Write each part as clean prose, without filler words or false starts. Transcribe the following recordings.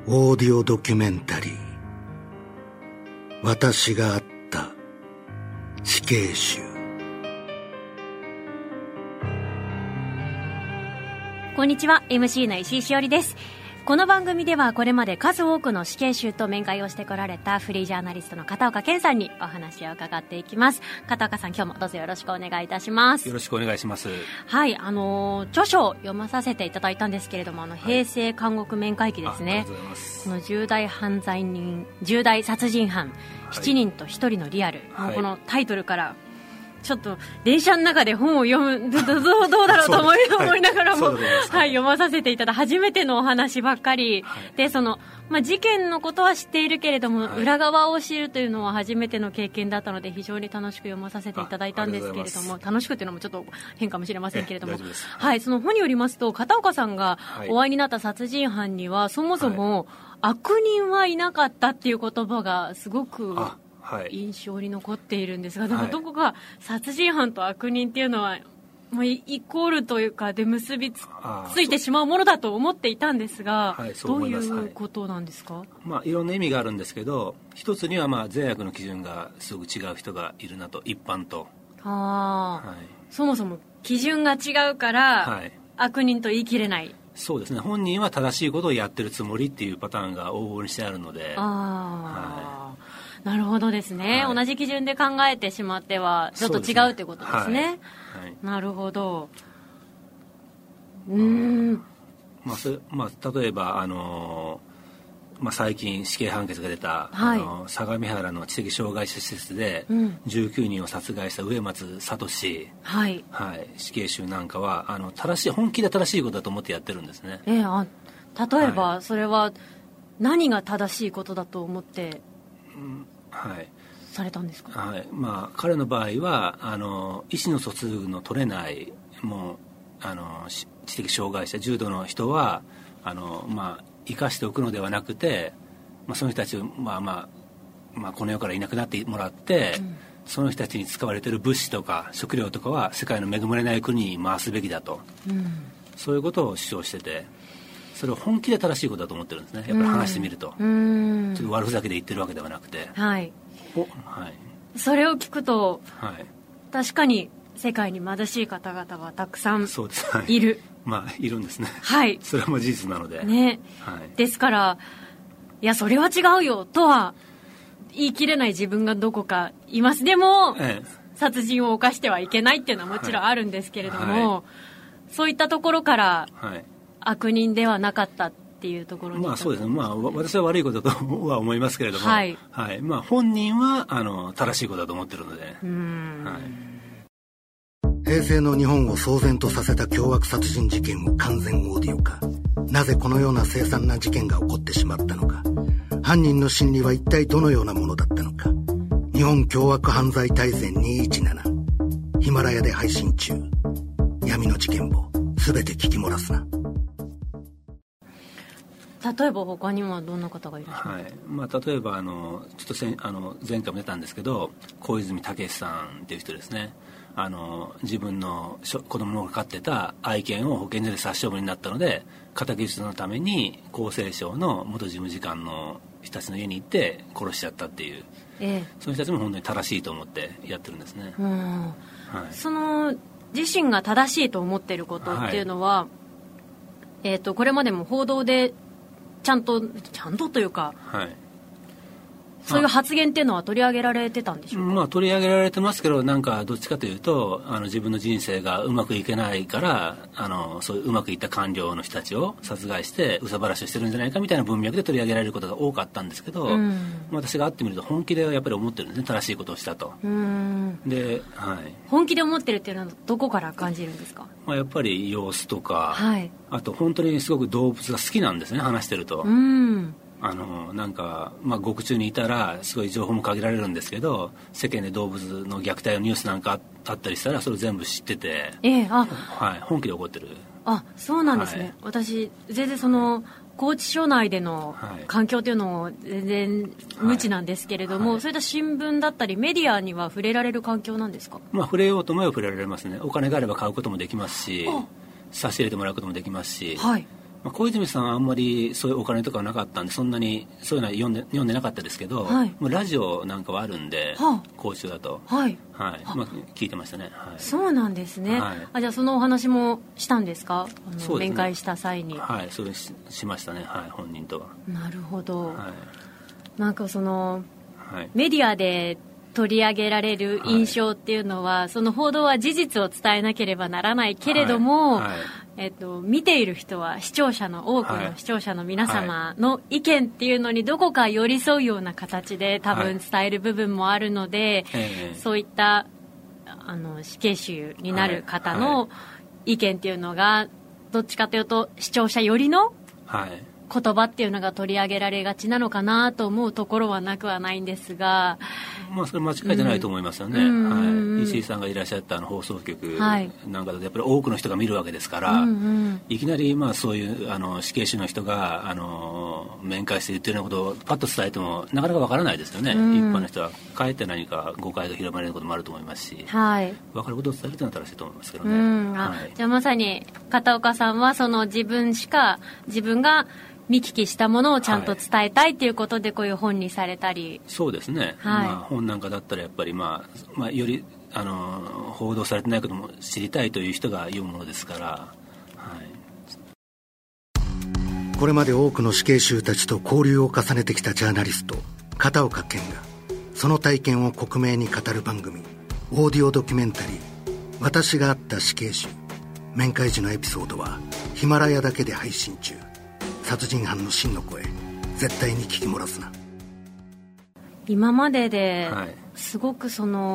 オーディオドキュメンタリー、私があった死刑囚。 こんにちは、 MC の石井しおりです。この番組ではこれまで数多くの死刑囚と面会をしてこられたフリージャーナリストの片岡健さんにお話を伺っていきます。片岡さん、今日もどうぞよろしくお願いいたします。 よろしくお願いします。 はい、著書を読まさせていただいたんですけれども、平成監獄面会記ですね。 ありがとうございます。 この重大殺人犯7人と1人のリアル、もうこのタイトルからちょっと電車の中で本を読む どうだろうと思いながらも、読まさせていただいた初めてのお話ばっかり、で事件のことは知っているけれども、裏側を知るというのは初めての経験だったので、非常に楽しく読まさせていただいたんですけれども、楽しくというのもちょっと変かもしれませんけれども、その本によりますと、片岡さんがお会いになった殺人犯にはそもそも悪人はいなかったっていう言葉がすごく印象に残っているんですが、でもどこか殺人犯と悪人っていうのはイコールというかで結びついてしまうものだと思っていたんですが、どういうことなんですか？ いろんな意味があるんですけど、一つには善悪の基準がすごく違う人がいるなと、一般と。そもそも基準が違うから、悪人と言い切れない。 そうですね、本人は正しいことをやってるつもりっていうパターンが往々にしてあるので。 なるほどですね、同じ基準で考えてしまってはちょっと違うということですね。なるほど。 例えば最近死刑判決が出た、相模原の知的障害者施設で19人を殺害した植松聡、死刑囚なんかは本気で正しいことだと思ってやってるんですね。 例えば、それは何が正しいことだと思ってされたんですか？ 彼の場合は意思の疎通の取れない知的障害者、重度の人は生かしておくのではなくて、その人たちをこの世からいなくなってもらって、その人たちに使われている物資とか食料とかは世界の恵まれない国に回すべきだと、そういうことを主張してて、それを本気で正しいことだと思ってるんですね。やっぱり話してみると、ちょっと悪ふざけで言ってるわけではなくて、 それを聞くと、確かに世界に貧しい方々はたくさんいる。 いるんですね。それは事実なので、 ですから、いやそれは違うよとは言い切れない自分がどこかいます。でも、殺人を犯してはいけないっていうのはもちろんあるんですけれども、そういったところから、悪人ではなかったっていうところに、 そうですね、私は悪いことだとは思いますけれども、本人は正しいことだと思ってるので。 平成の日本を騒然とさせた凶悪殺人事件を完全オーディオ化。なぜこのような凄惨な事件が起こってしまったのか、犯人の心理は一体どのようなものだったのか。日本凶悪犯罪大全217、ヒマラヤで配信中。闇の事件簿、すべて聞き漏らすな。 例えば他にはどんな方がいらっしゃるんですか？ 例えばちょっと前回も出たんですけど、小泉武さんっていう人ですね。自分の子供が飼ってた愛犬を保健所で殺処分になったので、敵討ちのために厚生省の元事務次官の人たちの家に行って殺しちゃったっていう、そういう人たちも本当に正しいと思ってやってるんですね。 その自身が正しいと思っていることっていうのは、これまでも報道でちゃんとというか、そういう発言っていうのは取り上げられてたんでしょうか？ 取り上げられてますけど、どっちかというと自分の人生がうまくいけないからそういううまくいった官僚の人たちを殺害して憂さ晴らしをしてるんじゃないかみたいな文脈で取り上げられることが多かったんですけど、私が会ってみると本気でやっぱり思ってるんですね、正しいことをしたと。で、 本気で思ってるっていうのはどこから感じるんですか？ やっぱり様子とか、あと本当にすごく動物が好きなんですね、話してると。獄中にいたらすごい情報も限られるんですけど、世間で動物の虐待のニュースなんかあったりしたらそれを全部知ってて、本気で怒ってる。 そうなんですね。私全然拘置所内での環境というのを全然無知なんですけれども、そういった新聞だったりメディアには触れられる環境なんですか？ 触れようと思えば触れられますね。お金があれば買うこともできますし、差し入れてもらうこともできますし、 小泉さんはあんまりそういうお金とかはなかったんでそんなにそういうのは読んでなかったですけど、 はい、 もうラジオなんかはあるんで、講習だと、 はいはい、聞いてましたね、はい、 そうなんですね、はい、じゃあそのお話もしたんですか？ そうですね、 面会した際に。 はい、それ しましたね、はい、本人とは。 なるほど、 はい、 なんかメディアで取り上げられる印象っていうのは、その報道は事実を伝えなければならないけれども、見ている人は多くの視聴者の皆様の意見っていうのにどこか寄り添うような形で多分伝える部分もあるので、そういった死刑囚になる方の意見っていうのがどっちかというと視聴者寄りの言葉っていうのが取り上げられがちなのかなと思うところはなくはないんですが、 それ間違いじゃないと思いますよね、はい、石井さんがいらっしゃった放送局なんかだとやっぱり多くの人が見るわけですから、いきなりそういう死刑囚の人が面会して言ってるようなことをパッと伝えてもなかなかわからないですよね、一般の人はかえって何か誤解が広まれることもあると思いますし、分かることを伝えるというのは正しいと思いますけどね、 じゃあまさに片岡さんは自分が見聞きしたものをちゃんと伝えたいということでこういう本にされたり。 そうですね、本なんかだったらやっぱりより報道されてないことも知りたいという人が読むものですから、 これまで多くの死刑囚たちと交流を重ねてきたジャーナリスト片岡健がその体験を克明に語る番組、オーディオドキュメンタリー私が会った死刑囚。面会時のエピソードはヒマラヤだけで配信中。殺人犯の真の声、絶対に聞き漏らすな。 今までですごく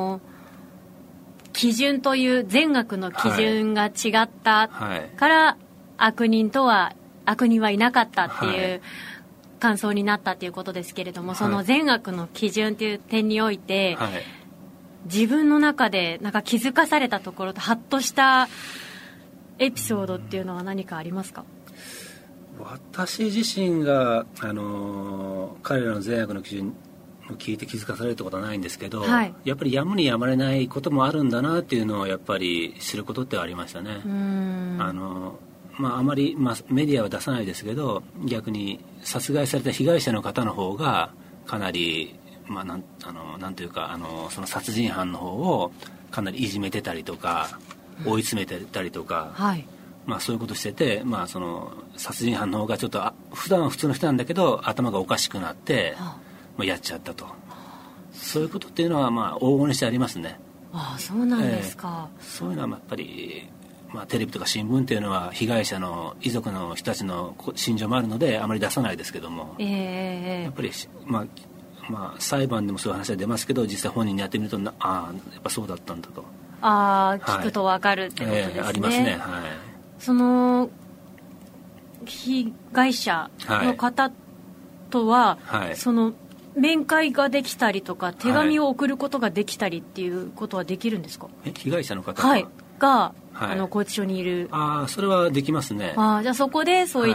基準という善悪の基準が違ったから悪人はいなかったっていう感想になったということですけれども、その善悪の基準という点において、自分の中でなんか気づかされたところとハッとしたエピソードっていうのは何かありますか？ 私自身が、彼らの善悪の基準を聞いて気づかされるってことはないんですけど、やっぱりやむにやまれないこともあるんだなっていうのをやっぱり知ることってありましたね。あまり、メディアは出さないですけど、逆に殺害された被害者の方の方がかなり、なんというかその殺人犯の方をかなりいじめてたりとか、追い詰めてたりとか、そういうことしてて、その殺人犯の方がちょっと普段は普通の人なんだけど頭がおかしくなって、やっちゃったと、そういうことっていうのは往々にしてありますね。 そうなんですか。 そういうのはやっぱり、テレビとか新聞っていうのは被害者の遺族の人たちの心情もあるのであまり出さないですけども、やっぱり裁判でもそういう話が出ますけど、実際本人にやってみるとやっぱそうだったんだと聞くと分かるってことですね。 ありますね。 その被害者の方とは、その面会ができたりとか手紙を送ることができたりっていうことはできるんですか？ 被害者の方が拘置所にいる。 それはできますね。 じゃあそこでそういった、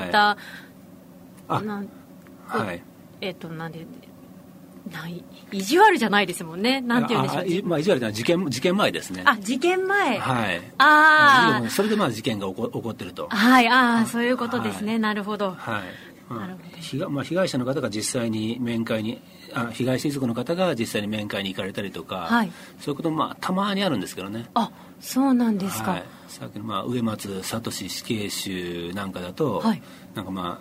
意地悪じゃないですもんね。なんて言うんでしょう。 意地悪じゃない、事件前ですね。 事件前。 それで事件が起こってると。 そういうことですね。なるほど。 被害者の方が実際に面会に被害者遺族の方が実際に面会に行かれたりとか、そういうこともたまにあるんですけどね。 そうなんですか。 さっきの植松聡死刑囚なんかだと、なんか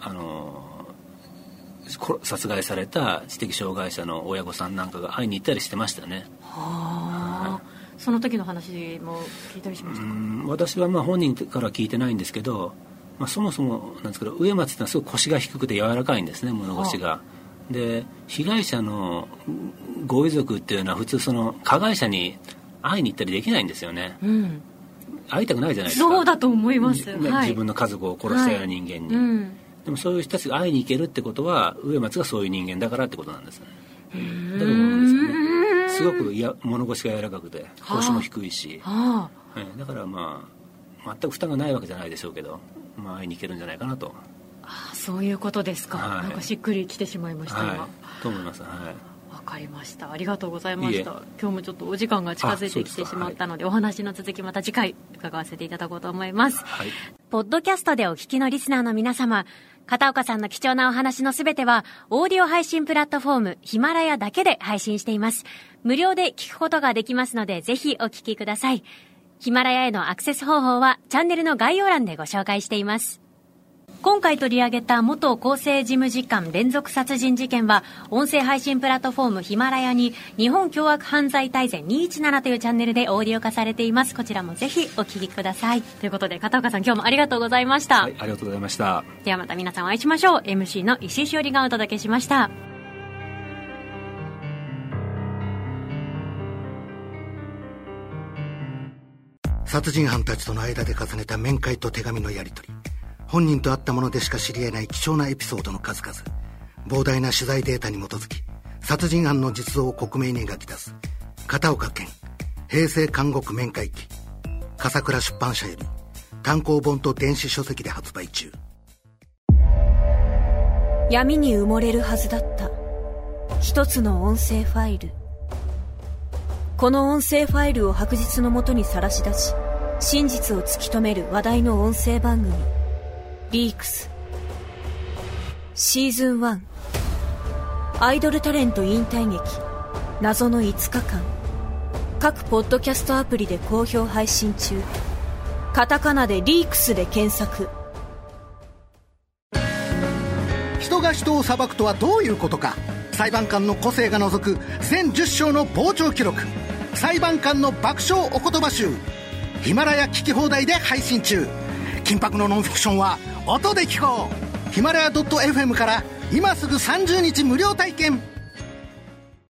殺害された知的障害者の親御さんなんかが会いに行ったりしてましたね。 その時の話も聞いたりしましたか？ 私は本人から聞いてないんですけど、そもそもなんですけど、植松ってのはすごく腰が低くて柔らかいんですね、物腰が。で被害者のご遺族っていうのは普通加害者に会いに行ったりできないんですよね。会いたくないじゃないですか。 そうだと思います、 自分の家族を殺したような人間に、でもそういう人たちが会いに行けるってことは植松がそういう人間だからってことなんですね。だと思うんですよね。すごく物腰が柔らかくて腰も低いし、だから全く負担がないわけじゃないでしょうけど、会いに行けるんじゃないかなと。 そういうことですか。なんかしっくりきてしまいました今。 と思います。 わかりました。ありがとうございました。今日もちょっとお時間が近づいてきてしまったので、お話の続きまた次回伺わせていただこうと思います。はい、ポッドキャストでお聞きのリスナーの皆様、片岡さんの貴重なお話のすべてはオーディオ配信プラットフォームヒマラヤだけで配信しています。無料で聞くことができますので、ぜひお聞きください。ヒマラヤへのアクセス方法はチャンネルの概要欄でご紹介しています。今回取り上げた元厚生事務次官連続殺人事件は、音声配信プラットフォームヒマラヤに日本凶悪犯罪大全217というチャンネルでオーディオ化されています。こちらもぜひお聞きください。ということで、片岡さん今日もありがとうございました。 はい、ありがとうございました。 ではまた皆さんお会いしましょう。 MC の石井しおりがお届けしました。 殺人犯たちとの間で重ねた面会と手紙のやり取り、本人と会ったものでしか知り得ない貴重なエピソードの数々、膨大な取材データに基づき殺人犯の実像を克明に描き出す片岡健平成監獄面会記、笠倉出版社より単行本と電子書籍で発売中。 闇に埋もれるはずだった一つの音声ファイル。この音声ファイルを白日のもとにさらし出し、真実を突き止める話題の音声番組リークスシーズン1、アイドルタレント引退劇謎の5日間、各ポッドキャストアプリで好評配信中。カタカナでリークスで検索。 人が人を裁くとはどういうことか。裁判官の個性が除く全10章の傍聴記録、裁判官の爆笑お言葉集、ヒマラヤ聞き放題で配信中。緊迫のノンフィクションは音で聞こう。ヒマラヤ .fm から今すぐ30日無料体験。